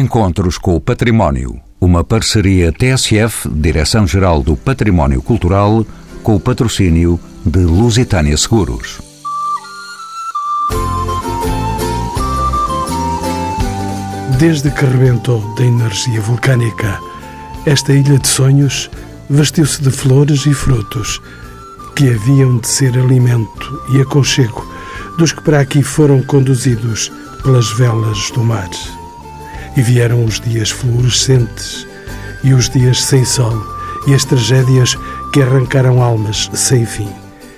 Encontros com o Património, uma parceria TSF, Direção-Geral do Património Cultural, com o patrocínio de Lusitânia Seguros. Desde que rebentou da energia vulcânica, esta ilha de sonhos vestiu-se de flores e frutos que haviam de ser alimento e aconchego dos que para aqui foram conduzidos pelas velas do mar. E vieram os dias fluorescentes e os dias sem sol e as tragédias que arrancaram almas sem fim.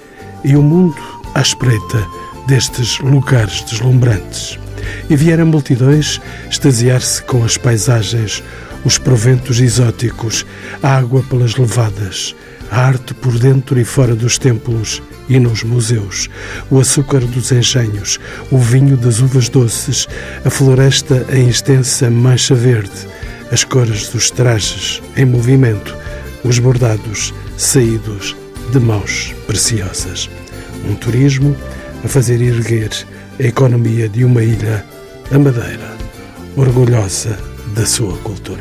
E o mundo à espreita destes lugares deslumbrantes. E vieram multidões extasiar-se com as paisagens, os proventos exóticos, a água pelas levadas, a arte por dentro e fora dos templos e nos museus, o açúcar dos engenhos, o vinho das uvas doces, a floresta em extensa mancha verde, as cores dos trajes em movimento, os bordados saídos de mãos preciosas. Um turismo a fazer erguer a economia de uma ilha, a Madeira, orgulhosa da sua cultura.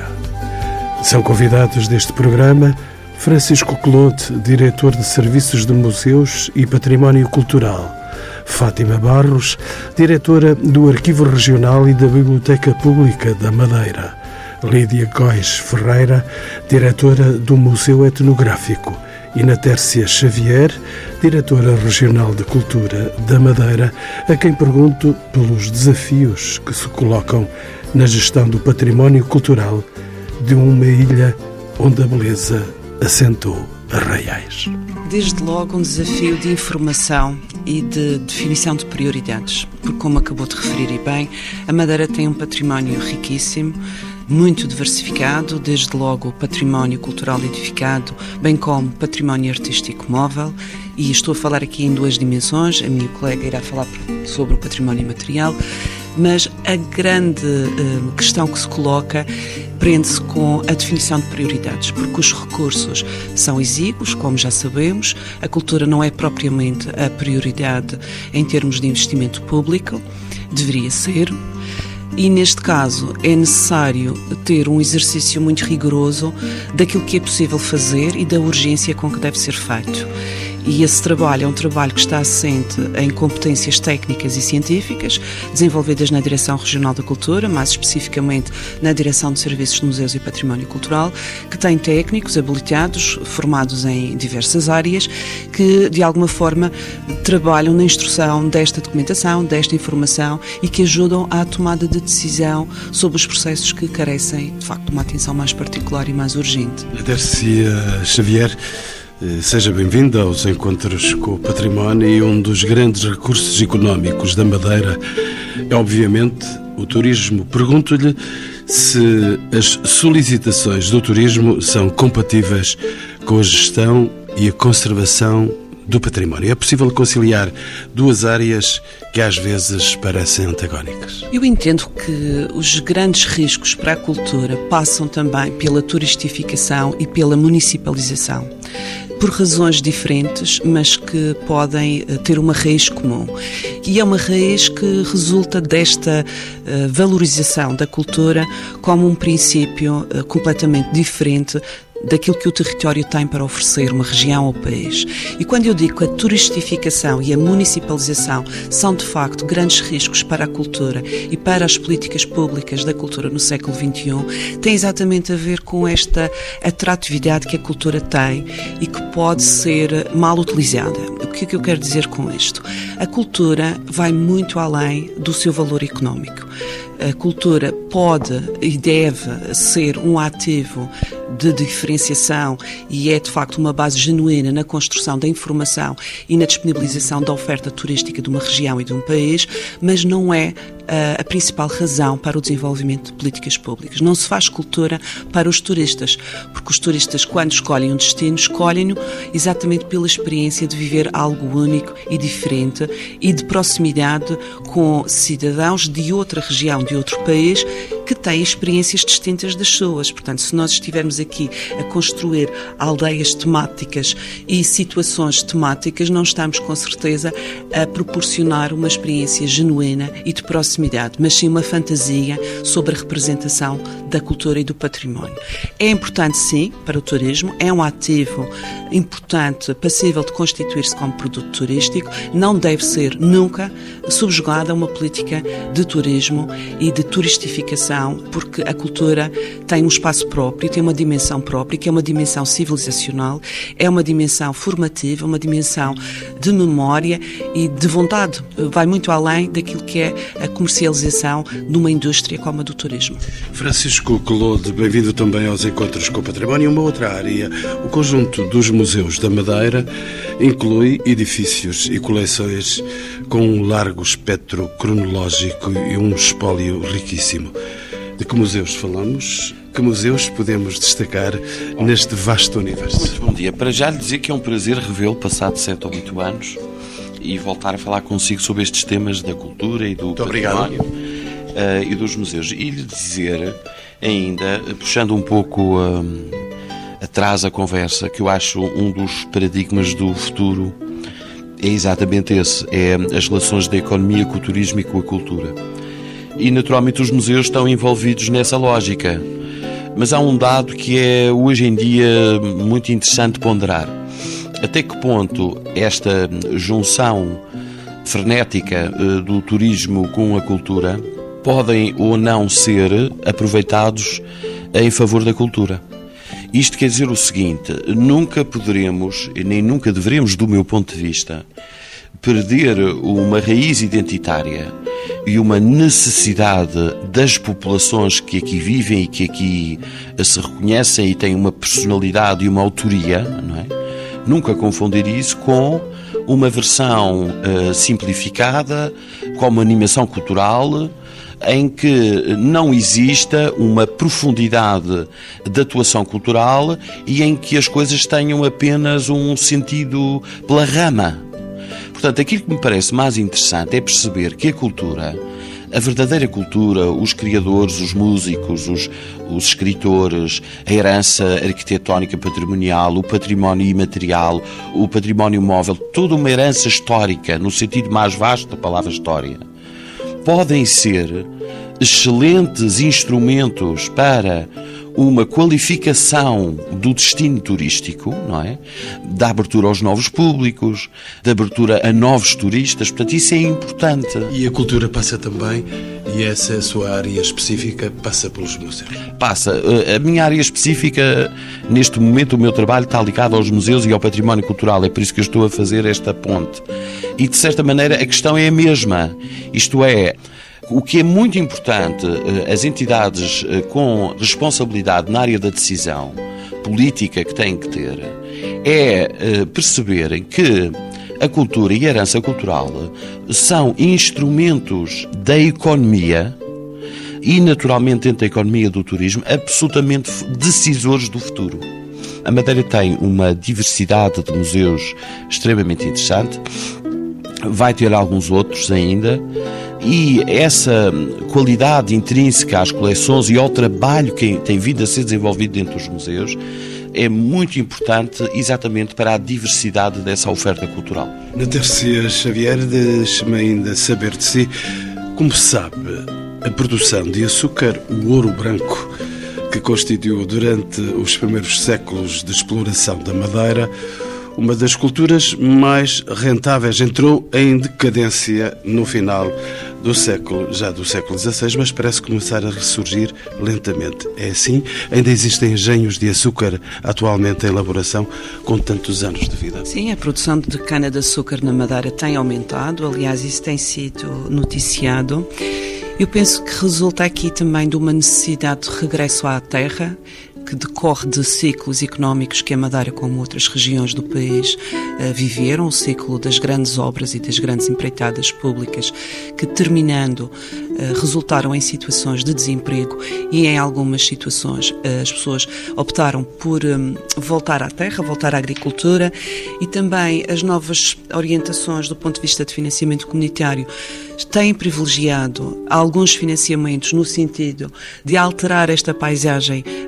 São convidados deste programa Francisco Clote, diretor de Serviços de Museus e Património Cultural; Fátima Barros, diretora do Arquivo Regional e da Biblioteca Pública da Madeira; Lídia Góis Ferreira, diretora do Museu Etnográfico; e Ana Tércia Xavier, diretora regional de Cultura da Madeira, a quem pergunto pelos desafios que se colocam na gestão do património cultural de uma ilha onde a beleza assentou arraiais. Desde logo um desafio de informação e de definição de prioridades, porque como acabou de referir e bem, a Madeira tem um património riquíssimo, muito diversificado, desde logo o património cultural edificado, bem como património artístico móvel, e estou a falar aqui em duas dimensões. A minha colega irá falar sobre o património material, mas a grande questão que se coloca prende-se com a definição de prioridades, porque os recursos são exíguos, como já sabemos, a cultura não é propriamente a prioridade em termos de investimento público, deveria ser, e neste caso é necessário ter um exercício muito rigoroso daquilo que é possível fazer e da urgência com que deve ser feito. E esse trabalho é um trabalho que está assente em competências técnicas e científicas, desenvolvidas na Direção Regional da Cultura, mais especificamente na Direção de Serviços de Museus e Património Cultural, que tem técnicos habilitados, formados em diversas áreas, que de alguma forma trabalham na instrução desta documentação, desta informação e que ajudam à tomada de decisão sobre os processos que carecem, de facto, de uma atenção mais particular e mais urgente. Ana Tércia Xavier, seja bem-vinda aos Encontros com o Património, e um dos grandes recursos económicos da Madeira é, obviamente, o turismo. Pergunto-lhe se as solicitações do turismo são compatíveis com a gestão e a conservação do património. É possível conciliar duas áreas que às vezes parecem antagónicas? Eu entendo que os grandes riscos para a cultura passam também pela turistificação e pela municipalização, por razões diferentes, mas que podem ter uma raiz comum. E é uma raiz que resulta desta valorização da cultura como um princípio completamente diferente daquilo que o território tem para oferecer uma região ou país. E quando eu digo que a turistificação e a municipalização são de facto grandes riscos para a cultura e para as políticas públicas da cultura no século XXI, tem exatamente a ver com esta atratividade que a cultura tem e que pode ser mal utilizada. O que é que eu quero dizer com isto? A cultura vai muito além do seu valor económico. A cultura pode e deve ser um ativo de diferenciação e é de facto uma base genuína na construção da informação e na disponibilização da oferta turística de uma região e de um país, mas não é a principal razão para o desenvolvimento de políticas públicas. Não se faz cultura para os turistas, porque os turistas, quando escolhem um destino, escolhem-no exatamente pela experiência de viver algo único e diferente e de proximidade com cidadãos de outra região, de outro país, que têm experiências distintas das suas. Portanto, se nós estivermos aqui a construir aldeias temáticas e situações temáticas, não estamos com certeza a proporcionar uma experiência genuína e de proximidade proximidade, mas sim uma fantasia sobre a representação da cultura e do património. É importante, sim, para o turismo, é um ativo importante, passível de constituir-se como produto turístico, não deve ser nunca subjugada a uma política de turismo e de turistificação, porque a cultura tem um espaço próprio, tem uma dimensão própria, que é uma dimensão civilizacional, é uma dimensão formativa, uma dimensão de memória e de vontade. Vai muito além daquilo que é a comercialização de uma indústria como a do turismo. Francisco Colode, bem-vindo também aos Encontros com o Património. Uma outra área, o conjunto dos museus da Madeira, inclui edifícios e coleções com um largo espectro cronológico e um espólio riquíssimo. De que museus falamos? Que museus podemos destacar neste vasto universo? Muito bom dia. Para já lhe dizer que é um prazer revê-lo passado 7 ou 8 anos e voltar a falar consigo sobre estes temas da cultura e do património e dos museus. E lhe dizer ainda, puxando um pouco atrás a conversa, que eu acho um dos paradigmas do futuro é exatamente esse, é as relações da economia com o turismo e com a cultura. E naturalmente os museus estão envolvidos nessa lógica. Mas há um dado que é hoje em dia muito interessante ponderar. Até que ponto esta junção frenética do turismo com a cultura podem ou não ser aproveitados em favor da cultura? Isto quer dizer o seguinte: nunca poderemos, e nem nunca deveremos, do meu ponto de vista, perder uma raiz identitária e uma necessidade das populações que aqui vivem e que aqui se reconhecem e têm uma personalidade e uma autoria, não é? Nunca confundir isso com uma versão simplificada, com uma animação cultural, em que não exista uma profundidade de atuação cultural e em que as coisas tenham apenas um sentido pela rama. Portanto, aquilo que me parece mais interessante é perceber que a cultura, a verdadeira cultura, os criadores, os músicos, os escritores, a herança arquitetónica patrimonial, o património imaterial, o património móvel, toda uma herança histórica, no sentido mais vasto da palavra história, podem ser excelentes instrumentos para uma qualificação do destino turístico, não é? Da abertura aos novos públicos, da abertura a novos turistas, portanto isso é importante. E a cultura passa também, e essa é a sua área específica, passa pelos museus? Passa. A minha área específica, neste momento o meu trabalho está ligado aos museus e ao património cultural, é por isso que eu estou a fazer esta ponte. E de certa maneira a questão é a mesma, isto é, o que é muito importante, as entidades com responsabilidade na área da decisão política que têm que ter, é perceberem que a cultura e a herança cultural são instrumentos da economia e, naturalmente, dentro da economia do turismo, absolutamente decisores do futuro. A Madeira tem uma diversidade de museus extremamente interessante, vai ter alguns outros ainda, e essa qualidade intrínseca às coleções e ao trabalho que tem vindo a ser desenvolvido dentro dos museus é muito importante exatamente para a diversidade dessa oferta cultural. Natércia Xavier, deixe-me ainda saber de si, como sabe, a produção de açúcar, o ouro branco, que constituiu durante os primeiros séculos de exploração da Madeira uma das culturas mais rentáveis, entrou em decadência no final do século XVI, mas parece começar a ressurgir lentamente. É assim? Ainda existem engenhos de açúcar atualmente em elaboração com tantos anos de vida? Sim, a produção de cana-de-açúcar na Madeira tem aumentado, aliás, isso tem sido noticiado. Eu penso que resulta aqui também de uma necessidade de regresso à terra, que decorre de ciclos económicos que a Madeira, como outras regiões do país, viveram, o ciclo das grandes obras e das grandes empreitadas públicas, que terminando resultaram em situações de desemprego e em algumas situações as pessoas optaram por voltar à terra, voltar à agricultura, e também as novas orientações do ponto de vista de financiamento comunitário têm privilegiado alguns financiamentos no sentido de alterar esta paisagem da Madeira.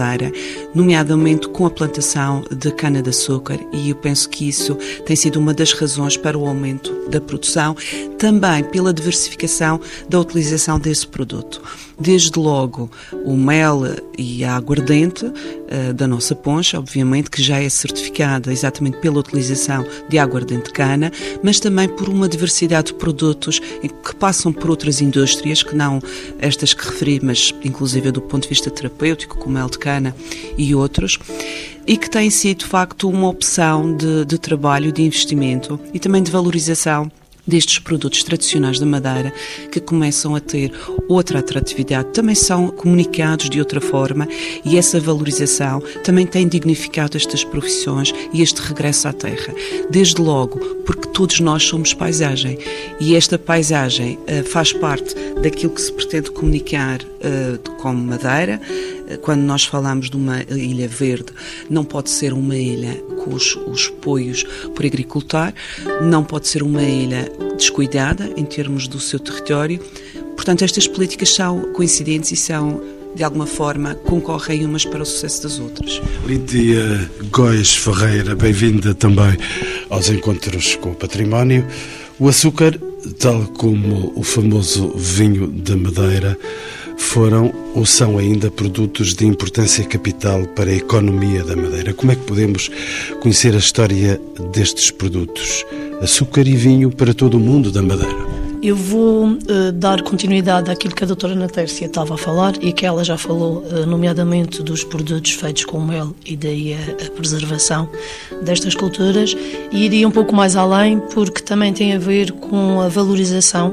Madeira, nomeadamente com a plantação de cana-de-açúcar, e eu penso que isso tem sido uma das razões para o aumento da produção, também pela diversificação da utilização desse produto. Desde logo o mel e a aguardente da nossa poncha, obviamente, que já é certificada exatamente pela utilização de aguardente de cana, mas também por uma diversidade de produtos que passam por outras indústrias, que não estas que referi, mas inclusive do ponto de vista terapêutico, como o mel de cana e outros, e que tem sido, de facto, uma opção de trabalho, de investimento e também de valorização destes produtos tradicionais da Madeira, que começam a ter outra atratividade, também são comunicados de outra forma, e essa valorização também tem dignificado estas profissões e este regresso à terra. Desde logo, porque todos nós somos paisagem, e esta paisagem faz parte daquilo que se pretende comunicar como Madeira. Quando nós falamos de uma ilha verde, não pode ser uma ilha com os apoios por agricultor, não pode ser uma ilha descuidada em termos do seu território. Portanto, estas políticas são coincidentes e são, de alguma forma, concorrem umas para o sucesso das outras. Lídia Góes Ferreira, bem-vinda também aos Encontros com o Património. O açúcar, tal como o famoso vinho da Madeira, foram ou são ainda produtos de importância capital para a economia da Madeira. Como é que podemos conhecer a história destes produtos? Açúcar e vinho para todo o mundo da Madeira. Eu vou dar continuidade àquilo que a doutora Ana Tércia estava a falar e que ela já falou, nomeadamente dos produtos feitos com mel e daí a preservação destas culturas, e iria um pouco mais além porque também tem a ver com a valorização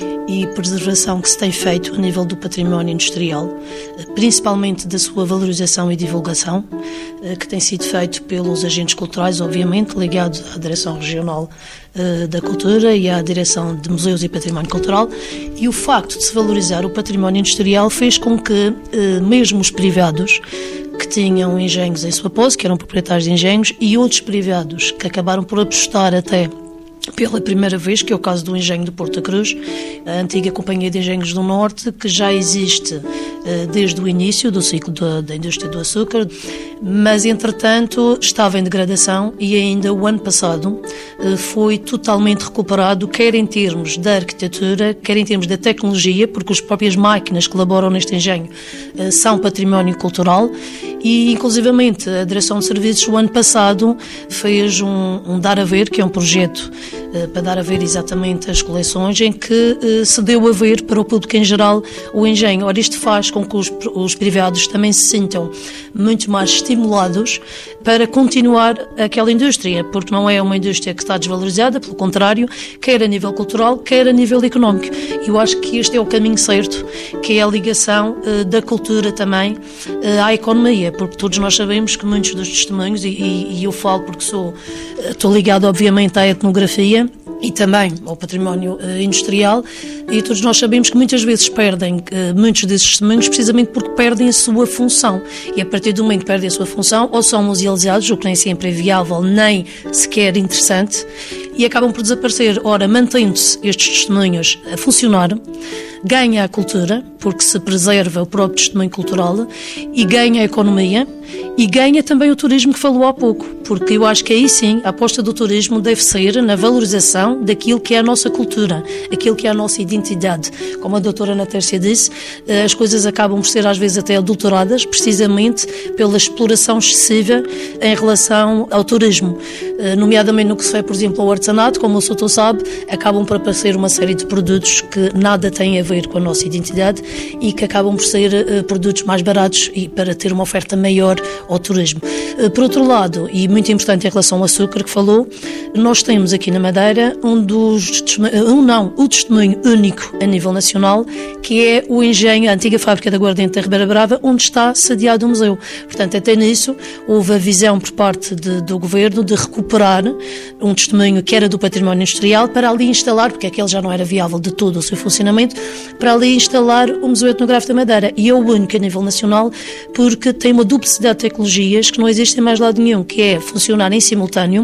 e preservação que se tem feito a nível do património industrial, principalmente da sua valorização e divulgação, que tem sido feito pelos agentes culturais, obviamente, ligados à Direção Regional da Cultura e à Direção de Museus e Património Cultural, e o facto de se valorizar o património industrial fez com que mesmo os privados que tinham engenhos em sua posse, que eram proprietários de engenhos, e outros privados que acabaram por apostar até pela primeira vez, que é o caso do engenho de Porta Cruz, a antiga Companhia de Engenhos do Norte, que já existe desde o início do ciclo da indústria do açúcar, mas entretanto estava em degradação e ainda o ano passado foi totalmente recuperado, quer em termos da arquitetura, quer em termos da tecnologia, porque as próprias máquinas que elaboram neste engenho são património cultural, e inclusivamente a Direção de Serviços o ano passado fez um Dar a Ver, que é um projeto para dar a ver exatamente as coleções, em que se deu a ver para o público em geral o engenho. Ora, isto faz com que os privados também se sintam muito mais estimulados para continuar aquela indústria, porque não é uma indústria que está desvalorizada, pelo contrário, quer a nível cultural, quer a nível económico. E eu acho que este é o caminho certo, que é a ligação da cultura também à economia, porque todos nós sabemos que muitos dos testemunhos, e eu falo porque estou ligado obviamente à etnografia e também ao património industrial, e todos nós sabemos que muitas vezes perdem muitos desses testemunhos precisamente porque perdem a sua função, e a partir do momento que perdem a sua função ou são musealizados, o que nem sempre é viável nem sequer interessante, e acabam por desaparecer. Ora, mantendo-se estes testemunhos a funcionar, ganha a cultura, porque se preserva o próprio testemunho cultural, e ganha a economia, e ganha também o turismo que falou há pouco, porque eu acho que aí sim a aposta do turismo deve ser na valorização daquilo que é a nossa cultura, aquilo que é a nossa identidade. Como a doutora Ana Tércia disse, as coisas acabam por ser às vezes até adulteradas, precisamente pela exploração excessiva em relação ao turismo, nomeadamente no que se refere, por exemplo, ao artesanato, como o Soutor sabe, acabam por aparecer uma série de produtos que nada têm a ver com a nossa identidade e que acabam por ser produtos mais baratos e para ter uma oferta maior ao turismo. Por outro lado, e muito importante em relação ao açúcar que falou, nós temos aqui na Madeira o testemunho único a nível nacional, que é o engenho, a antiga fábrica da Aguardente da Ribeira Brava, onde está sediado o museu. Portanto, até nisso houve a visão por parte do governo de recuperar um testemunho que era do património industrial para ali instalar, porque aquele já não era viável de todo o seu funcionamento, para ali instalar o Museu Etnográfico da Madeira. E é o único a nível nacional, porque tem uma duplicidade de tecnologias que não existem em mais lado nenhum, que é funcionar em simultâneo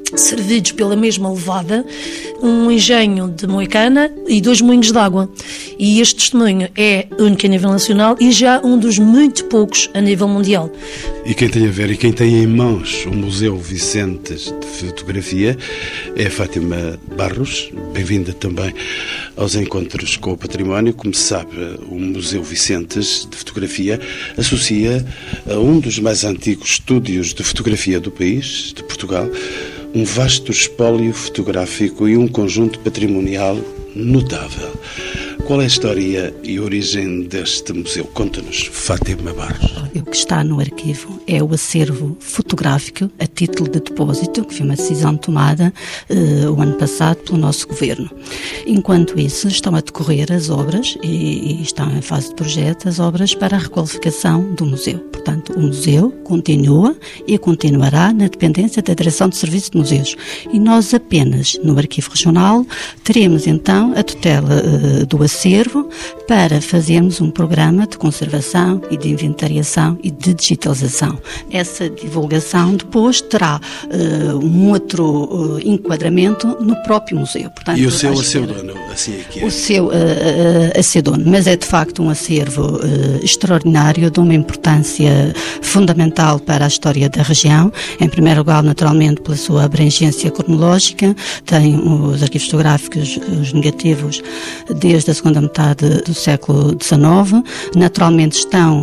servidos pela mesma levada, um engenho de Moicana e 2 moinhos de água. E este testemunho é único a nível nacional e já um dos muito poucos a nível mundial. E quem tem a ver e quem tem em mãos o Museu Vicentes de Fotografia é a Fátima Barros. Bem-vinda também aos Encontros com o Património. Como se sabe, o Museu Vicentes de Fotografia associa a um dos mais antigos estúdios de fotografia do país, de Portugal, um vasto espólio fotográfico e um conjunto patrimonial notável. Qual é a história e a origem deste museu? Conta-nos, Fátima Barros. O que está no arquivo é o acervo fotográfico a título de depósito, que foi uma decisão tomada o ano passado pelo nosso governo. Enquanto isso, estão a decorrer as obras e estão em fase de projeto as obras para a requalificação do museu. Portanto, o museu continua e continuará na dependência da Direção de Serviço de Museus. E nós apenas, no Arquivo Regional, teremos então a tutela do acervo para fazermos um programa de conservação e de inventariação e de digitalização. Essa divulgação depois terá um outro enquadramento no próprio museu. Portanto, e o seu dono, assim é que é? O seu dono, mas é de facto um acervo extraordinário, de uma importância fundamental para a história da região. Em primeiro lugar, naturalmente, pela sua abrangência cronológica, tem os arquivos fotográficos, os negativos, desde a segunda metade do século XIX. Naturalmente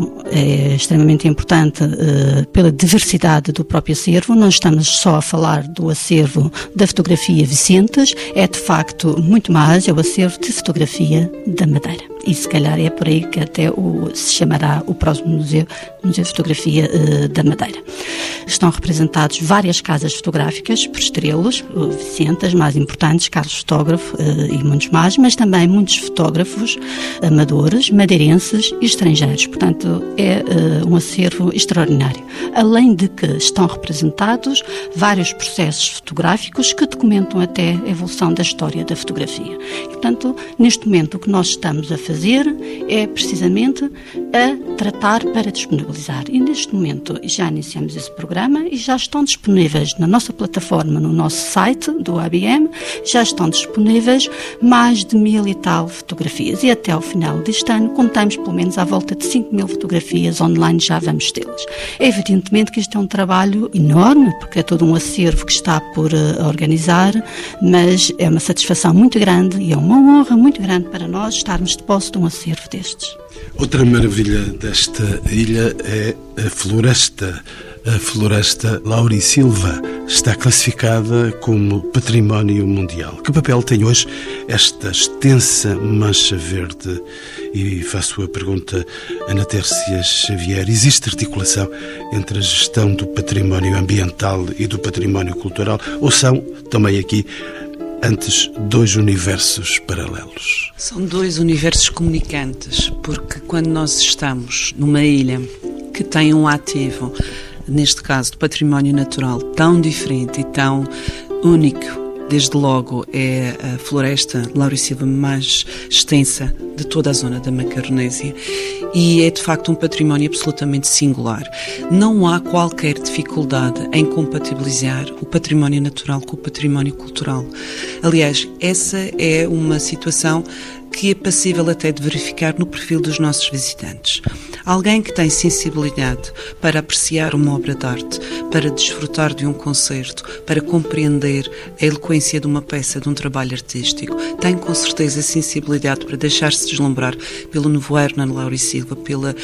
é extremamente importante pela diversidade do próprio acervo. Não estamos só a falar do acervo da fotografia Vicentes, é de facto muito mais, é o acervo de fotografia da Madeira. E se calhar é por aí que até se chamará o próximo Museu de Fotografia da Madeira. Estão representados várias casas fotográficas por estrelas, Vicente, as mais importantes, Carlos Fotógrafo e muitos mais, mas também muitos fotógrafos amadores, madeirenses e estrangeiros. Portanto, é um acervo extraordinário. Além de que estão representados vários processos fotográficos que documentam até a evolução da história da fotografia. E, portanto, neste momento o que nós estamos a fazer é precisamente a tratar para disponibilizar. E neste momento já iniciamos esse programa e já estão disponíveis na nossa plataforma, no nosso site do ABM, já estão disponíveis mais de 1000 e tal fotografias. E até ao final deste ano contamos pelo menos à volta de 5000 fotografias online, já vamos tê-las. É evidentemente que isto é um trabalho enorme, porque é todo um acervo que está por organizar, mas é uma satisfação muito grande e é uma honra muito grande para nós estarmos de posse de um acervo destes. Outra maravilha desta ilha é a floresta. A floresta Laurisilva está classificada como Património Mundial. Que papel tem hoje esta extensa mancha verde? E faço a pergunta a Ana Tércia Xavier. Existe articulação entre a gestão do património ambiental e do património cultural? Ou são também aqui antes 2 universos paralelos? São 2 universos comunicantes, porque quando nós estamos numa ilha que tem um ativo, neste caso do património natural, tão diferente e tão único, desde logo é a floresta Laurisilva mais extensa de toda a zona da Macaronésia e é de facto um património absolutamente singular. Não há qualquer dificuldade em compatibilizar o património natural com o património cultural. Aliás, essa é uma situação que é passível até de verificar no perfil dos nossos visitantes. Alguém que tem sensibilidade para apreciar uma obra de arte, para desfrutar de um concerto, para compreender a eloquência de uma peça, de um trabalho artístico, tem com certeza sensibilidade para deixar-se deslumbrar pelo nevoeiro na Laurisilva, pela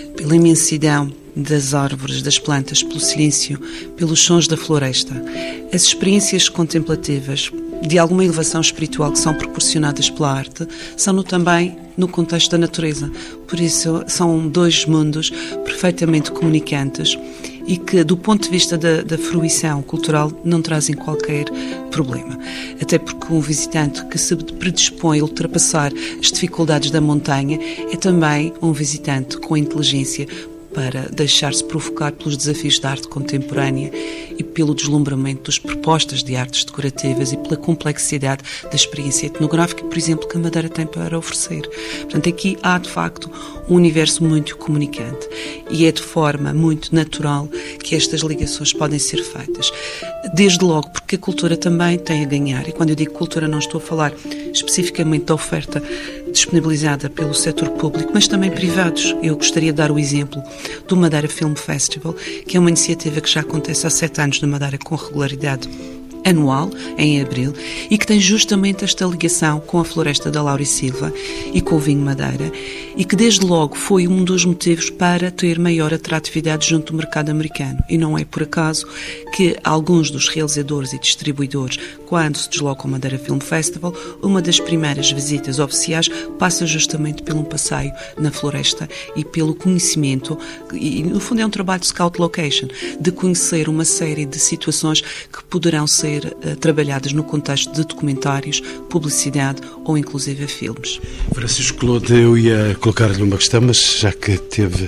imensidão das árvores, das plantas, pelo silêncio, pelos sons da floresta. As experiências contemplativas de alguma elevação espiritual que são proporcionadas pela arte são também no contexto da natureza. Por isso, são 2 mundos perfeitamente comunicantes e que, do ponto de vista da fruição cultural, não trazem qualquer problema. Até porque um visitante que se predispõe a ultrapassar as dificuldades da montanha é também um visitante com inteligência para deixar-se provocar pelos desafios da arte contemporânea e pelo deslumbramento das propostas de artes decorativas e pela complexidade da experiência etnográfica, por exemplo, que a Madeira tem para oferecer. Portanto, aqui há, de facto, um universo muito comunicante e é de forma muito natural que estas ligações podem ser feitas. Desde logo, porque a cultura também tem a ganhar, e quando eu digo cultura não estou a falar especificamente da oferta disponibilizada pelo setor público, mas também privados. Eu gostaria de dar o exemplo do Madeira Film Festival, que é uma iniciativa que já acontece há 7 anos na Madeira com regularidade anual, em abril, e que tem justamente esta ligação com a Floresta da Laura e Silva e com o vinho Madeira, e que desde logo foi um dos motivos para ter maior atratividade junto do mercado americano. E não é por acaso que alguns dos realizadores e distribuidores, quando se deslocam ao Madeira Film Festival, uma das primeiras visitas oficiais passa justamente pelo passeio na floresta e pelo conhecimento, e no fundo é um trabalho de scout location, de conhecer uma série de situações que poderão ser trabalhadas no contexto de documentários, publicidade ou inclusive filmes. Francisco Claude, eu ia colocar-lhe uma questão, mas já que teve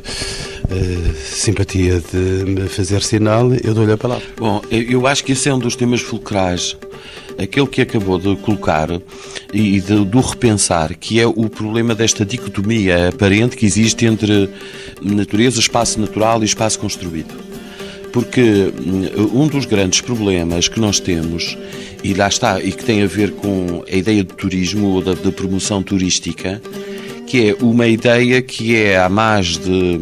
simpatia de me fazer sinal, eu dou-lhe a palavra. Bom, eu acho que esse é um dos temas fulcrais, aquele que acabou de colocar e do repensar, que é o problema desta dicotomia aparente que existe entre natureza, espaço natural e espaço construído. Porque um dos grandes problemas que nós temos, e lá está, e que tem a ver com a ideia de turismo ou da promoção turística, que é uma ideia que é há mais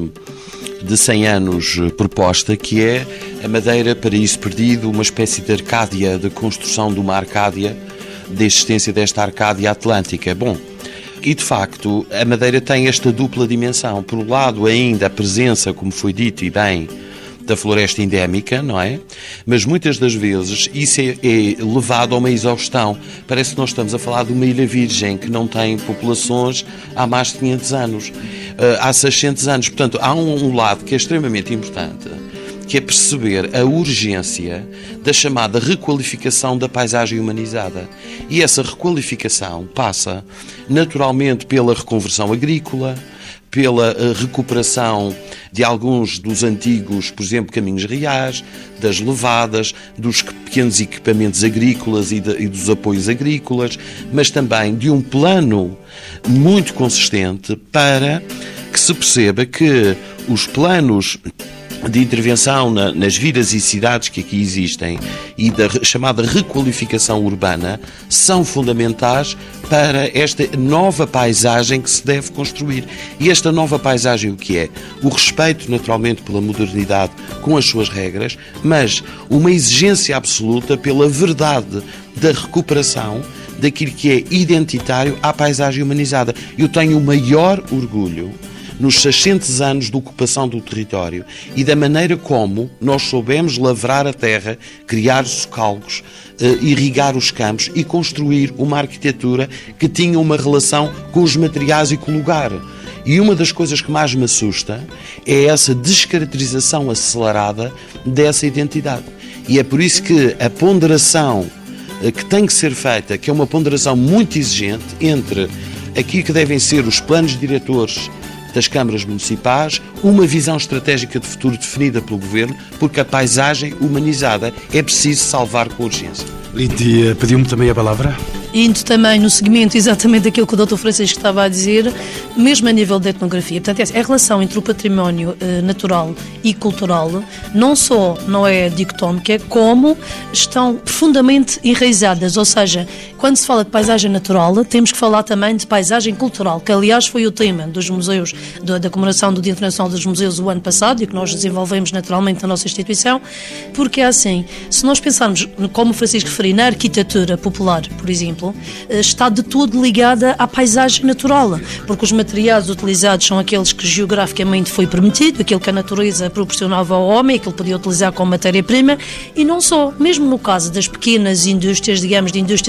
de 100 anos proposta, que é a Madeira paraíso perdido, uma espécie de Arcádia, de construção de uma Arcádia, da existência desta Arcádia atlântica. Bom, e de facto a Madeira tem esta dupla dimensão. Por um lado ainda a presença, como foi dito e bem, da floresta endémica, não é? Mas muitas das vezes isso é levado a uma exaustão. Parece que nós estamos a falar de uma ilha virgem que não tem populações há mais de 500 anos, há 600 anos. Portanto, há um lado que é extremamente importante, que é perceber a urgência da chamada requalificação da paisagem humanizada. E essa requalificação passa naturalmente pela reconversão agrícola, pela recuperação de alguns dos antigos, por exemplo, caminhos reais, das levadas, dos pequenos equipamentos agrícolas e dos apoios agrícolas, mas também de um plano muito consistente para que se perceba que os planos de intervenção nas vilas e cidades que aqui existem e da chamada requalificação urbana são fundamentais para esta nova paisagem que se deve construir. E esta nova paisagem o que é? O respeito naturalmente pela modernidade com as suas regras, mas uma exigência absoluta pela verdade da recuperação daquilo que é identitário à paisagem humanizada. Eu tenho o maior orgulho nos 600 anos de ocupação do território e da maneira como nós soubemos lavrar a terra, criar socalcos, irrigar os campos e construir uma arquitetura que tinha uma relação com os materiais e com o lugar. E uma das coisas que mais me assusta é essa descaracterização acelerada dessa identidade. E é por isso que a ponderação que tem que ser feita, que é uma ponderação muito exigente entre aquilo que devem ser os planos diretores das câmaras municipais, uma visão estratégica de futuro definida pelo Governo, porque a paisagem humanizada é preciso salvar com urgência. Lídia, pediu-me também a palavra? Indo também no seguimento exatamente daquilo que o Dr. Francisco estava a dizer, mesmo a nível da etnografia. Portanto, a relação entre o património natural e cultural não é dicotómica, como estão profundamente enraizadas. Ou seja, quando se fala de paisagem natural, temos que falar também de paisagem cultural, que aliás foi o tema dos museus, da comemoração do Dia Internacional dos Museus o ano passado e que nós desenvolvemos naturalmente na nossa instituição, porque é assim, se nós pensarmos, como o Francisco referiu, na arquitetura popular, por exemplo, está de todo ligada à paisagem natural, porque os materiais utilizados são aqueles que geograficamente foi permitido, aquilo que a natureza proporcionava ao homem, aquilo que podia utilizar como matéria-prima, e não só, mesmo no caso das pequenas indústrias, digamos, de indústrias artesanais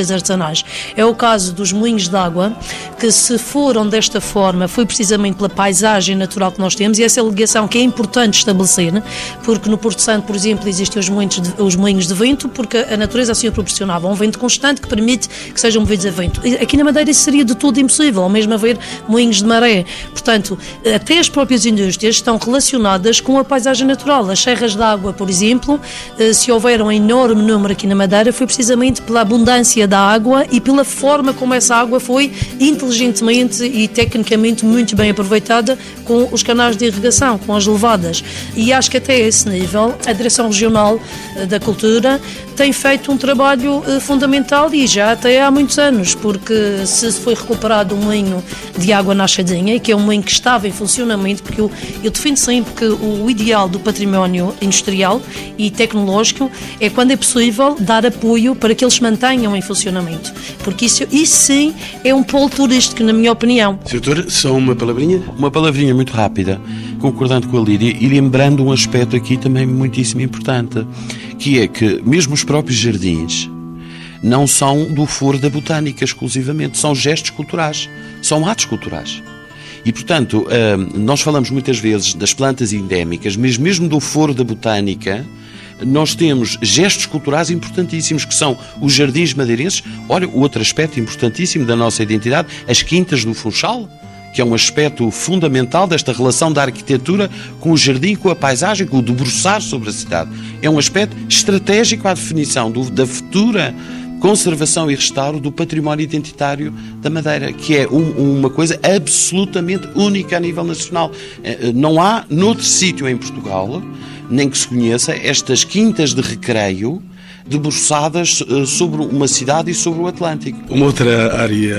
canais. É o caso dos moinhos de água, que se foram desta forma foi precisamente pela paisagem natural que nós temos, e essa ligação que é importante estabelecer, porque no Porto Santo, por exemplo, existem os moinhos de vento, porque a natureza assim o proporcionava, um vento constante que permite que sejam movidos a vento. Aqui na Madeira isso seria de todo impossível, ou mesmo haver moinhos de maré. Portanto, até as próprias indústrias estão relacionadas com a paisagem natural. As serras de água, por exemplo, se houver um enorme número aqui na Madeira, foi precisamente pela abundância da água e pela forma como essa água foi inteligentemente e tecnicamente muito bem aproveitada com os canais de irrigação, com as levadas. E acho que até esse nível a Direção Regional da Cultura tem feito um trabalho fundamental, e já até há muitos anos, porque se foi recuperado um moinho de água na Achadinha, que é um moinho que estava em funcionamento, porque eu defendo sempre que o ideal do património industrial e tecnológico é, quando é possível, dar apoio para que eles mantenham em funcionamento, porque isso sim é um polo turístico, na minha opinião. Sr. Doutor, só uma palavrinha? Uma palavrinha muito rápida, concordando com a Lídia e lembrando um aspecto aqui também muitíssimo importante, que é que mesmo os próprios jardins não são do foro da botânica exclusivamente, são gestos culturais, são atos culturais. E, portanto, nós falamos muitas vezes das plantas endémicas, mas mesmo do foro da botânica, nós temos gestos culturais importantíssimos, que são os jardins madeirenses. Olha, outro aspecto importantíssimo da nossa identidade, as quintas do Funchal, que é um aspecto fundamental desta relação da arquitetura com o jardim, com a paisagem, com o debruçar sobre a cidade. É um aspecto estratégico à definição da futura conservação e restauro do património identitário da Madeira, que é uma coisa absolutamente única a nível nacional. Não há noutro sítio em Portugal, nem que se conheça, estas quintas de recreio debruçadas sobre uma cidade e sobre o Atlântico. Uma outra área,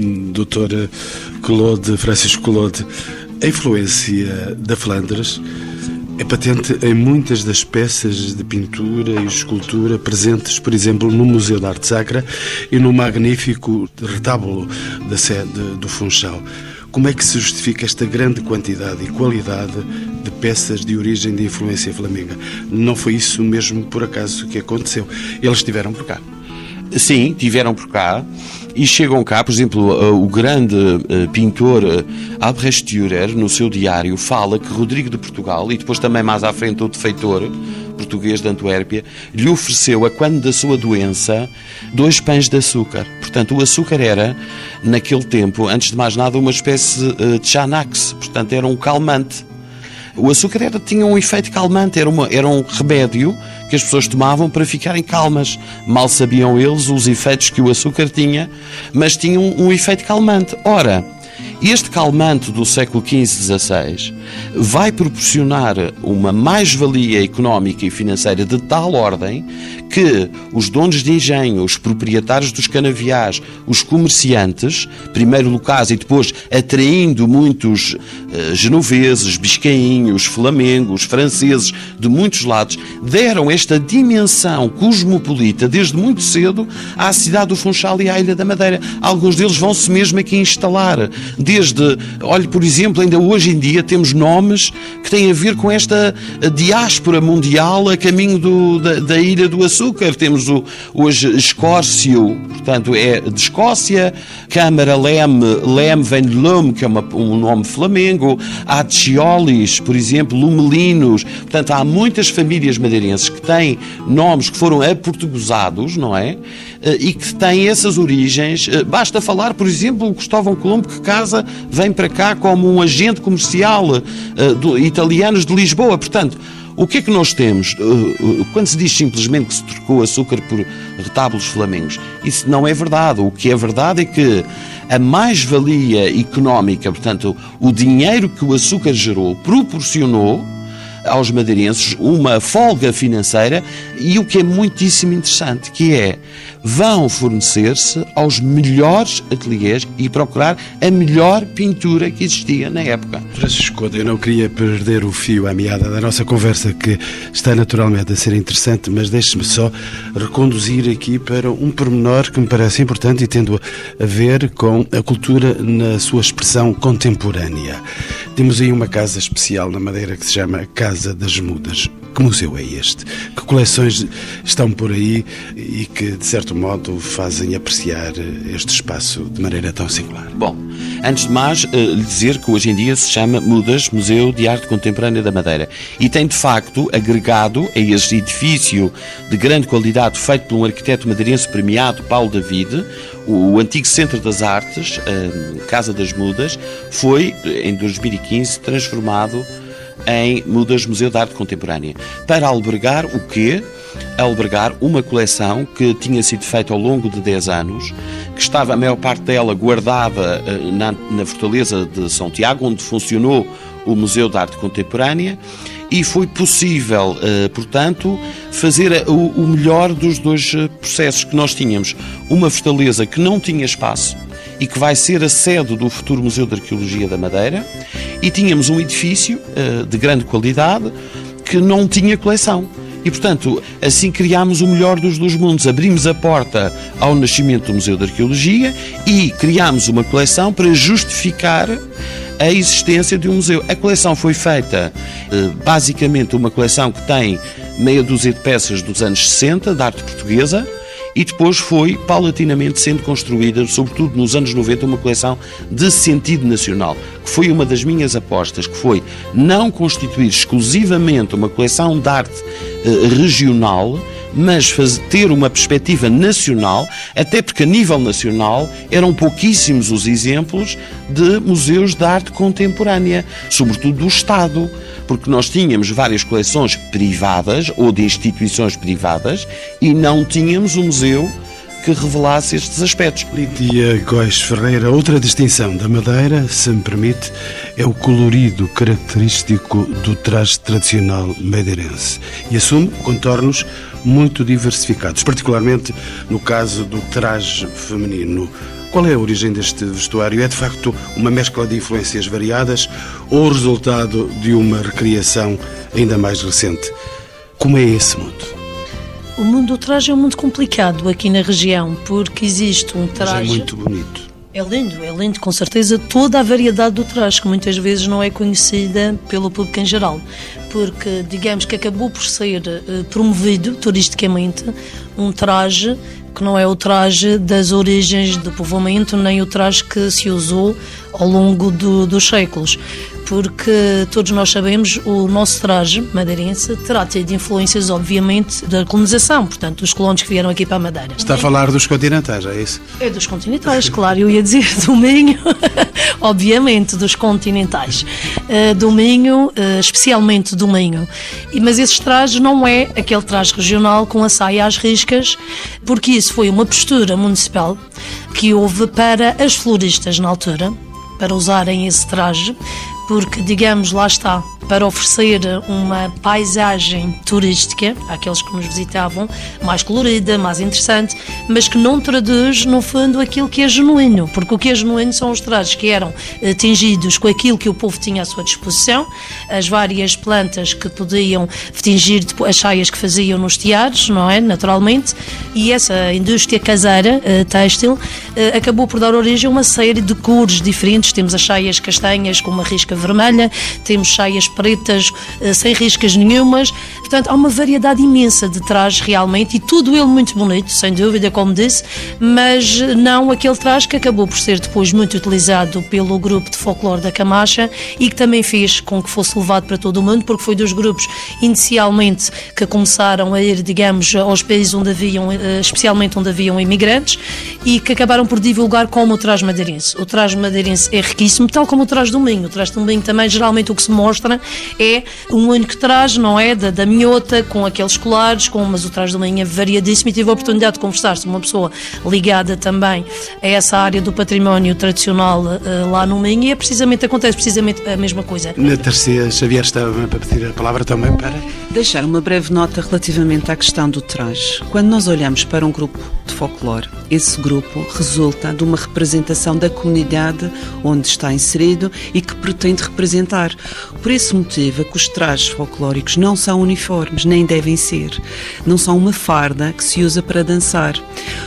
Dr. Francisco Claude, a influência da Flandres é patente em muitas das peças de pintura e escultura presentes, por exemplo, no Museu da Arte Sacra e no magnífico retábulo da sede do Funchal. Como é que se justifica esta grande quantidade e qualidade de peças de origem de influência flamenga? Não foi isso mesmo, por acaso, que aconteceu? Eles estiveram por cá. Sim, tiveram por cá e chegam cá, por exemplo, o grande pintor Albrecht Dürer, no seu diário, fala que Rodrigo de Portugal, e depois também mais à frente o defeitor português de Antuérpia, lhe ofereceu, a quando da sua doença, 2 pães de açúcar. Portanto, o açúcar era, naquele tempo, antes de mais nada, uma espécie de Xanax, portanto, era um calmante. O açúcar tinha um efeito calmante, era um remédio que as pessoas tomavam para ficarem calmas. Mal sabiam eles os efeitos que o açúcar tinha, mas tinha um efeito calmante. Ora, este calmante do século XV-XVI vai proporcionar uma mais-valia económica e financeira de tal ordem que os donos de engenho, os proprietários dos canaviais, os comerciantes, primeiro locais e depois atraindo muitos genoveses, biscainhos, flamengos, franceses, de muitos lados, deram esta dimensão cosmopolita desde muito cedo à cidade do Funchal e à Ilha da Madeira. Alguns deles vão-se mesmo aqui instalar. Olhe, por exemplo, ainda hoje em dia temos nomes que têm a ver com esta diáspora mundial a caminho da Ilha do Açúcar. Temos hoje Escócio, portanto é de Escócia, Câmara Leme vem de Lume, que é um nome flamengo, há Chiolis, por exemplo, Lumelinos, portanto há muitas famílias madeirenses que têm nomes que foram aportuguesados, não é? E que têm essas origens. Basta falar, por exemplo, o Cristóvão Colombo, que vem para cá como um agente comercial italianos de Lisboa. Portanto, o que é que nós temos? Quando se diz simplesmente que se trocou açúcar por retábulos flamengos, isso não é verdade. O que é verdade é que a mais-valia económica, portanto, o dinheiro que o açúcar gerou, proporcionou aos madeirenses uma folga financeira e o que é muitíssimo interessante, que é, vão fornecer-se aos melhores ateliês e procurar a melhor pintura que existia na época. Francisco, eu não queria perder o fio à meada da nossa conversa, que está naturalmente a ser interessante, mas deixe-me só reconduzir aqui para um pormenor que me parece importante e tendo a ver com a cultura na sua expressão contemporânea. Temos aí uma casa especial na Madeira que se chama Casa das Mudas. Que museu é este? Que coleções estão por aí e que, de certo modo, fazem apreciar este espaço de maneira tão singular? Bom, antes de mais, lhe dizer que hoje em dia se chama MUDAS, Museu de Arte Contemporânea da Madeira, e tem, de facto, agregado a este edifício de grande qualidade feito por um arquiteto madeirense premiado, Paulo David, o antigo Centro das Artes, a Casa das Mudas, foi, em 2015, transformado em MUDAS, Museu de Arte Contemporânea, para albergar o quê? Albergar uma coleção que tinha sido feita ao longo de 10 anos, que estava a maior parte dela guardada na Fortaleza de São Tiago, onde funcionou o Museu de Arte Contemporânea, e foi possível, portanto, fazer o melhor dos dois processos que nós tínhamos. Uma fortaleza que não tinha espaço e que vai ser a sede do futuro Museu de Arqueologia da Madeira, e tínhamos um edifício de grande qualidade que não tinha coleção. E, portanto, assim criámos o melhor dos dois mundos. Abrimos a porta ao nascimento do Museu de Arqueologia e criámos uma coleção para justificar a existência de um museu. A coleção foi feita, basicamente, uma coleção que tem meia dúzia de peças dos anos 60, da arte portuguesa, e depois foi paulatinamente sendo construída, sobretudo nos anos 90, uma coleção de sentido nacional, que foi uma das minhas apostas, que foi não constituir exclusivamente uma coleção de arte regional, mas ter uma perspectiva nacional, até porque a nível nacional eram pouquíssimos os exemplos de museus de arte contemporânea, sobretudo do Estado, porque nós tínhamos várias coleções privadas ou de instituições privadas e não tínhamos um museu que revelasse estes aspectos. Lídia Góes Ferreira, outra distinção da Madeira, se me permite, é o colorido característico do traje tradicional madeirense e assume contornos muito diversificados, particularmente no caso do traje feminino. Qual é a origem deste vestuário? É de facto uma mescla de influências variadas ou o resultado de uma recriação ainda mais recente? Como é esse mundo? O mundo do traje é um mundo complicado aqui na região, porque existe um traje... Mas é muito bonito. É lindo, com certeza, toda a variedade do traje, que muitas vezes não é conhecida pelo público em geral, porque, digamos que acabou por ser promovido turisticamente um traje que não é o traje das origens do povoamento, nem o traje que se usou ao longo dos séculos. Porque todos nós sabemos, o nosso traje madeirense terá tido influências, obviamente, da colonização, portanto, dos colonos que vieram aqui para a Madeira. Está a falar dos continentais, é isso? É dos continentais, claro, eu ia dizer do Minho, obviamente, dos continentais. Do Minho, especialmente do Minho. Mas esse traje não é aquele traje regional com a saia às riscas, porque isso foi uma postura municipal que houve para as floristas na altura, para usarem esse traje, porque, digamos, lá está, para oferecer uma paisagem turística àqueles que nos visitavam, mais colorida, mais interessante, mas que não traduz, no fundo, aquilo que é genuíno, porque o que é genuíno são os trajes que eram tingidos com aquilo que o povo tinha à sua disposição, as várias plantas que podiam tingir as saias que faziam nos tiares, não é? Naturalmente, e essa indústria caseira, têxtil, acabou por dar origem a uma série de cores diferentes. Temos as saias castanhas com uma risca vermelha, temos saias pretas sem riscas nenhumas, portanto há uma variedade imensa de trajes realmente, e tudo ele muito bonito, sem dúvida, como disse, mas não aquele traje que acabou por ser depois muito utilizado pelo grupo de folclore da Camacha e que também fez com que fosse levado para todo o mundo, porque foi dos grupos inicialmente que começaram a ir, digamos, aos países onde haviam, especialmente onde haviam imigrantes, e que acabaram por divulgar como o traje madeirense. O traje madeirense é riquíssimo, tal como o traje do Minho. O traje do Minho também, geralmente, o que se mostra é um único traje, não é? Da minhota, com aqueles colares, mas o traje do Minho é variadíssimo, e tive a oportunidade de conversar com uma pessoa ligada também a essa área do património tradicional lá no Minho, e acontece precisamente a mesma coisa. Na terceira, Xavier estava para pedir a palavra também para... Deixar uma breve nota relativamente à questão do traje. Quando nós olhamos para um grupo de folclore, esse grupo resulta de uma representação da comunidade onde está inserido e que pretende representar. Por esse motivo é que os trajes folclóricos não são uniformes, nem devem ser. Não são uma farda que se usa para dançar.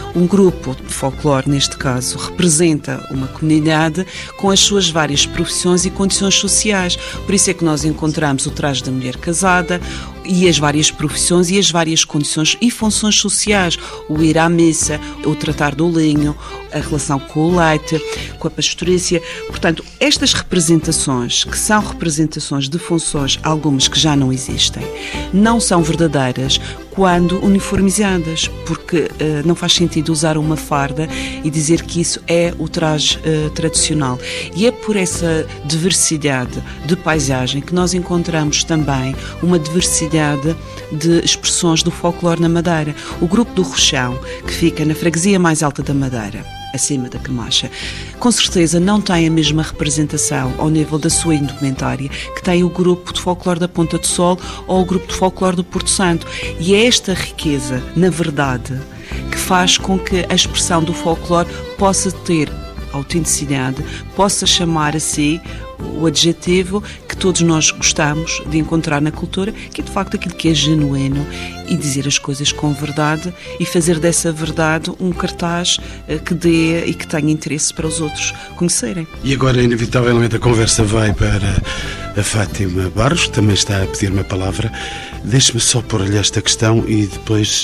Um grupo de folclore, neste caso, representa uma comunidade com as suas várias profissões e condições sociais. Por isso é que nós encontramos o traje da mulher casada e as várias profissões e as várias condições e funções sociais. O ir à missa, o tratar do linho, a relação com o leite, com a pastorícia. Portanto, estas representações, que são representações de funções, algumas que já não existem, não são verdadeiras quando uniformizadas, porque não faz sentido usar uma farda e dizer que isso é o traje tradicional. E é por essa diversidade de paisagem que nós encontramos também uma diversidade de expressões do folclore na Madeira. O grupo do Rochão, que fica na freguesia mais alta da Madeira, acima da Camacha, com certeza não tem a mesma representação ao nível da sua indumentária que tem o grupo de folclore da Ponta do Sol ou o grupo de folclore do Porto Santo. E é esta riqueza, na verdade, que faz com que a expressão do folclore possa ter autenticidade, possa chamar a si o adjetivo que todos nós gostamos de encontrar na cultura, que é de facto aquilo que é genuíno, e dizer as coisas com verdade e fazer dessa verdade um cartaz que dê e que tenha interesse para os outros conhecerem. E agora, inevitavelmente, a conversa vai para a Fátima Barros, que também está a pedir-me a palavra. Deixe-me só pôr-lhe esta questão e depois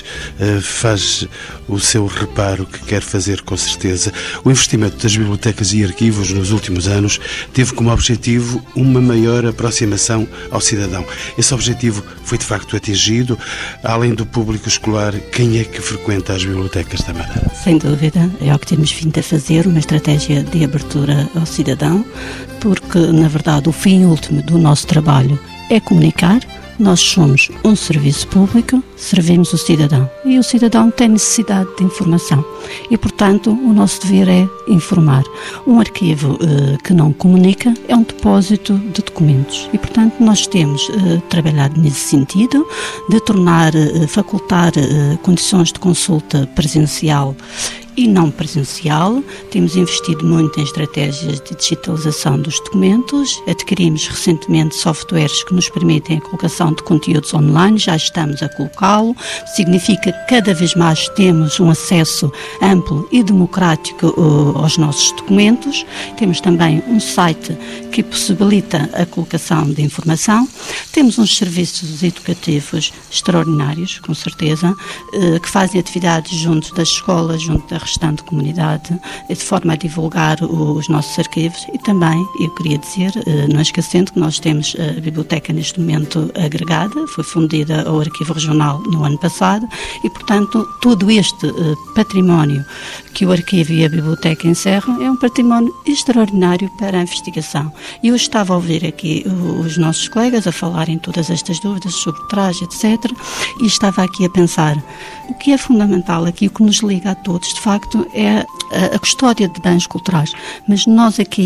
faz o seu reparo que quer fazer, com certeza. O investimento das bibliotecas e arquivos nos últimos anos teve como objetivo uma maior aproximação ao cidadão. Esse objetivo foi de facto atingido. Além do público escolar, quem é que frequenta as bibliotecas da Madeira? Sem dúvida, é o que temos vindo a fazer, uma estratégia de abertura ao cidadão, porque, na verdade, o fim último do nosso trabalho é comunicar. Nós somos um serviço público, servimos o cidadão e o cidadão tem necessidade de informação e, portanto, o nosso dever é informar. Um arquivo que não comunica é um depósito de documentos e, portanto, nós temos trabalhado nesse sentido de tornar, facultar condições de consulta presencial e não presencial. Temos investido muito em estratégias de digitalização dos documentos, adquirimos recentemente softwares que nos permitem a colocação de conteúdos online, já estamos a colocá-lo, significa que cada vez mais temos um acesso amplo e democrático aos nossos documentos. Temos também um site que possibilita a colocação de informação, temos uns serviços educativos extraordinários, com certeza, que fazem atividades junto das escolas, junto da restante comunidade, de forma a divulgar os nossos arquivos. E também, eu queria dizer, não esquecendo que nós temos a biblioteca neste momento agregada, foi fundida ao Arquivo Regional no ano passado e, portanto, todo este património que o arquivo e a biblioteca encerram é um património extraordinário para a investigação. E eu estava a ouvir aqui os nossos colegas a falarem todas estas dúvidas sobre traje, etc. E estava aqui a pensar, o que é fundamental aqui, o que nos liga a todos, de facto, é a custódia de bens culturais. Mas nós aqui,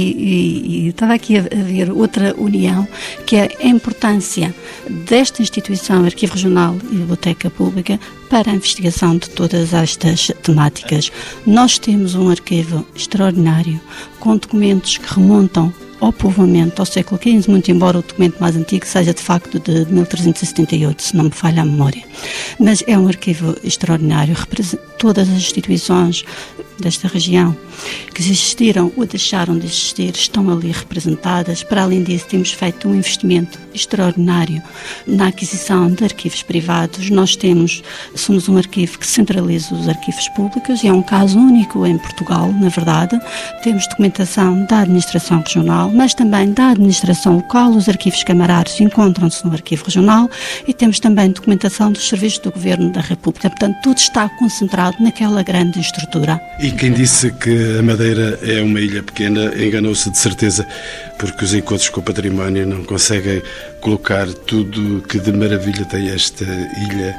e estava aqui a ver outra união, que é a importância desta instituição, Arquivo Regional e Biblioteca Pública, para a investigação de todas estas temáticas. Nós temos um arquivo extraordinário, com documentos que remontam ao povoamento, ao século XV, muito embora o documento mais antigo seja de facto de 1378, se não me falha a memória. Mas é um arquivo extraordinário, todas as instituições desta região que existiram ou deixaram de existir estão ali representadas. Para além disso, temos feito um investimento extraordinário na aquisição de arquivos privados. Nós somos um arquivo que centraliza os arquivos públicos e é um caso único em Portugal, na verdade. Temos documentação da administração regional, mas também da administração local. Os arquivos camarários encontram-se no Arquivo Regional e temos também documentação dos serviços do Governo da República. Portanto, tudo está concentrado naquela grande estrutura. E quem disse que a Madeira é uma ilha pequena enganou-se de certeza, porque os encontros com o património não conseguem colocar tudo que de maravilha tem esta ilha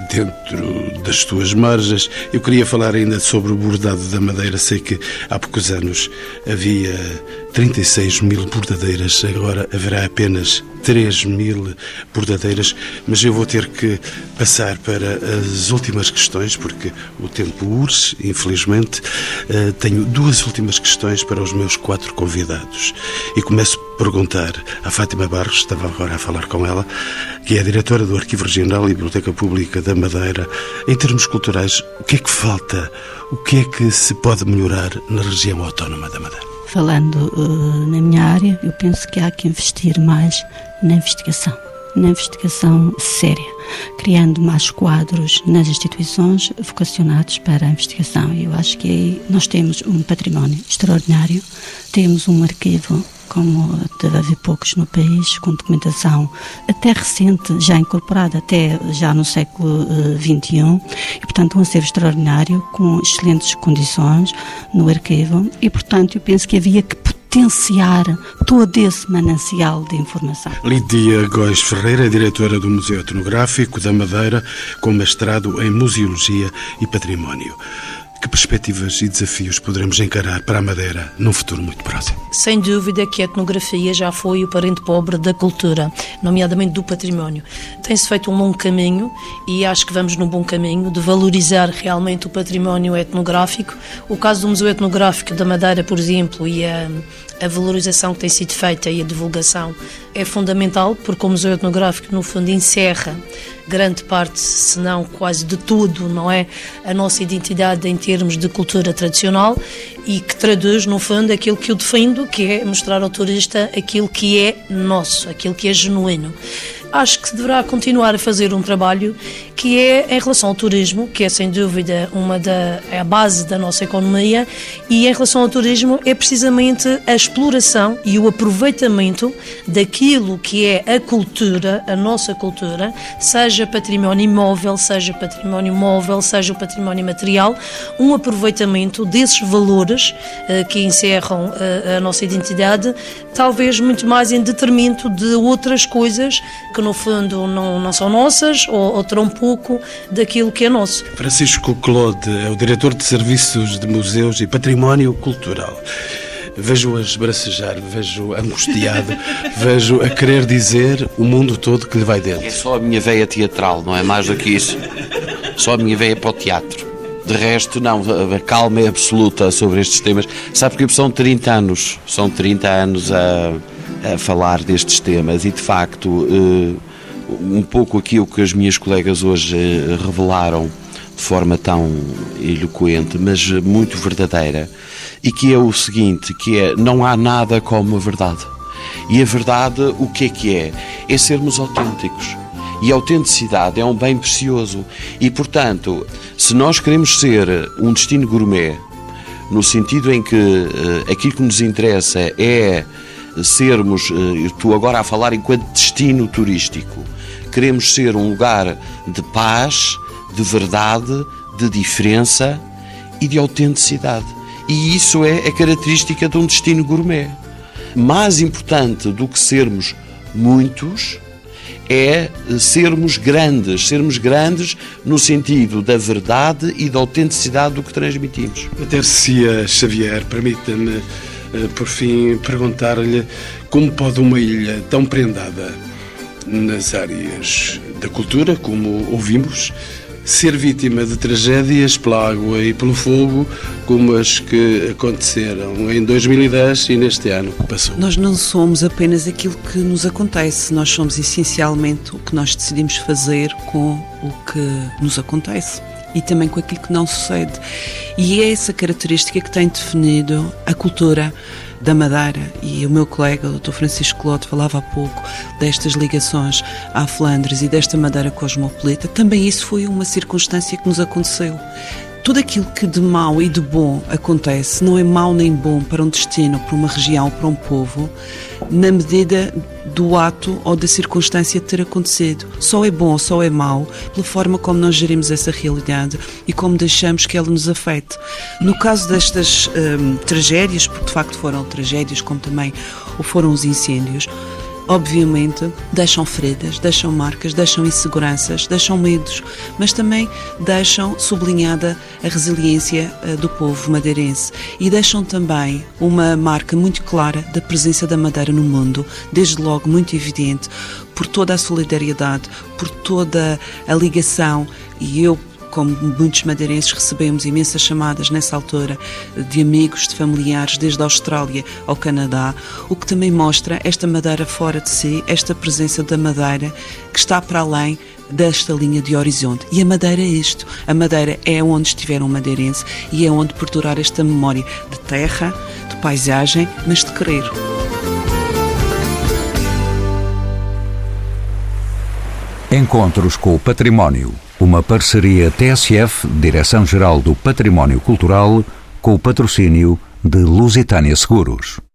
dentro das suas margens. Eu queria falar ainda sobre o bordado da Madeira. Sei que há poucos anos havia 36 mil bordadeiras, agora haverá apenas 3 mil bordadeiras, mas eu vou ter que passar para as últimas questões, porque o tempo urge, infelizmente. Tenho duas últimas questões para os meus 4 convidados. E começo perguntar à Fátima Barros, estava agora a falar com ela, que é a diretora do Arquivo Regional e Biblioteca Pública da Madeira. Em termos culturais, o que é que falta? O que é que se pode melhorar na região autónoma da Madeira? Falando na minha área, eu penso que há que investir mais na investigação séria, criando mais quadros nas instituições vocacionados para a investigação. Eu acho que aí nós temos um património extraordinário, temos um arquivo como deve haver poucos no país, com documentação até recente, já incorporada até já no século XXI, e portanto um acervo extraordinário, com excelentes condições no arquivo, e portanto eu penso que havia que potenciar todo esse manancial de informação. Lídia Góes Ferreira é diretora do Museu Etnográfico da Madeira, com mestrado em Museologia e Património. Que perspectivas e desafios poderemos encarar para a Madeira num futuro muito próximo? Sem dúvida que a etnografia já foi o parente pobre da cultura, nomeadamente do património. Tem-se feito um longo caminho e acho que vamos num bom caminho de valorizar realmente o património etnográfico. O caso do Museu Etnográfico da Madeira, por exemplo, e a valorização que tem sido feita e a divulgação é fundamental, porque o Museu Etnográfico, no fundo, encerra grande parte, se não quase de tudo, não é, a nossa identidade em termos de cultura tradicional, e que traduz, no fundo, aquilo que eu defendo, que é mostrar ao turista aquilo que é nosso, aquilo que é genuíno. Acho que se deverá continuar a fazer um trabalho que é em relação ao turismo, que é sem dúvida é a base da nossa economia, e em relação ao turismo é precisamente a exploração e o aproveitamento daquilo que é a cultura, a nossa cultura, seja património imóvel, seja património móvel, seja o património material, um aproveitamento desses valores que encerram a nossa identidade, talvez muito mais em detrimento de outras coisas que no fundo não são nossas ou terão pouco daquilo que é nosso. Francisco Claude é o diretor de Serviços de Museus e Património Cultural. Vejo-a esbracejar, vejo angustiado, vejo a querer dizer o mundo todo que lhe vai dentro. É só a minha veia teatral, não é mais do que isso. Só a minha veia para o teatro. De resto, não, a calma é absoluta sobre estes temas. Sabe que são 30 anos a falar destes temas e, de facto, um pouco aquilo que as minhas colegas hoje revelaram de forma tão eloquente, mas muito verdadeira, e que é o seguinte, que é, não há nada como a verdade. E a verdade, o que é? É sermos autênticos. E a autenticidade é um bem precioso. E, portanto, se nós queremos ser um destino gourmet, no sentido em que aquilo que nos interessa é sermos, estou agora a falar enquanto destino turístico, queremos ser um lugar de paz, de verdade, de diferença e de autenticidade. E isso é a característica de um destino gourmet. Mais importante do que sermos muitos é sermos grandes no sentido da verdade e da autenticidade do que transmitimos. Tercia Xavier, permita-me, por fim, perguntar-lhe como pode uma ilha tão prendada nas áreas da cultura, como ouvimos, ser vítima de tragédias pela água e pelo fogo, como as que aconteceram em 2010 e neste ano que passou. Nós não somos apenas aquilo que nos acontece, nós somos essencialmente o que nós decidimos fazer com o que nos acontece e também com aquilo que não sucede. E é essa característica que tem definido a cultura da Madeira, e o meu colega, o Dr. Francisco Claude, falava há pouco destas ligações à Flandres e desta Madeira cosmopolita. Também isso foi uma circunstância que nos aconteceu. Tudo aquilo que de mau e de bom acontece não é mau nem bom para um destino, para uma região, para um povo, na medida do ato ou da circunstância de ter acontecido. Só é bom ou só é mau pela forma como nós gerimos essa realidade e como deixamos que ela nos afete. No caso destas tragédias, porque de facto foram tragédias, como também o foram os incêndios, obviamente deixam feridas, deixam marcas, deixam inseguranças, deixam medos, mas também deixam sublinhada a resiliência do povo madeirense e deixam também uma marca muito clara da presença da Madeira no mundo, desde logo muito evidente, por toda a solidariedade, por toda a ligação, e eu como muitos madeirenses, recebemos imensas chamadas nessa altura de amigos, de familiares, desde a Austrália ao Canadá, o que também mostra esta Madeira fora de si, esta presença da Madeira que está para além desta linha de horizonte. E a Madeira é isto. A Madeira é onde estiver um madeirense e é onde perdurar esta memória de terra, de paisagem, mas de querer. Encontros com o Património, uma parceria TSF, Direção-Geral do Património Cultural, com o patrocínio de Lusitânia Seguros.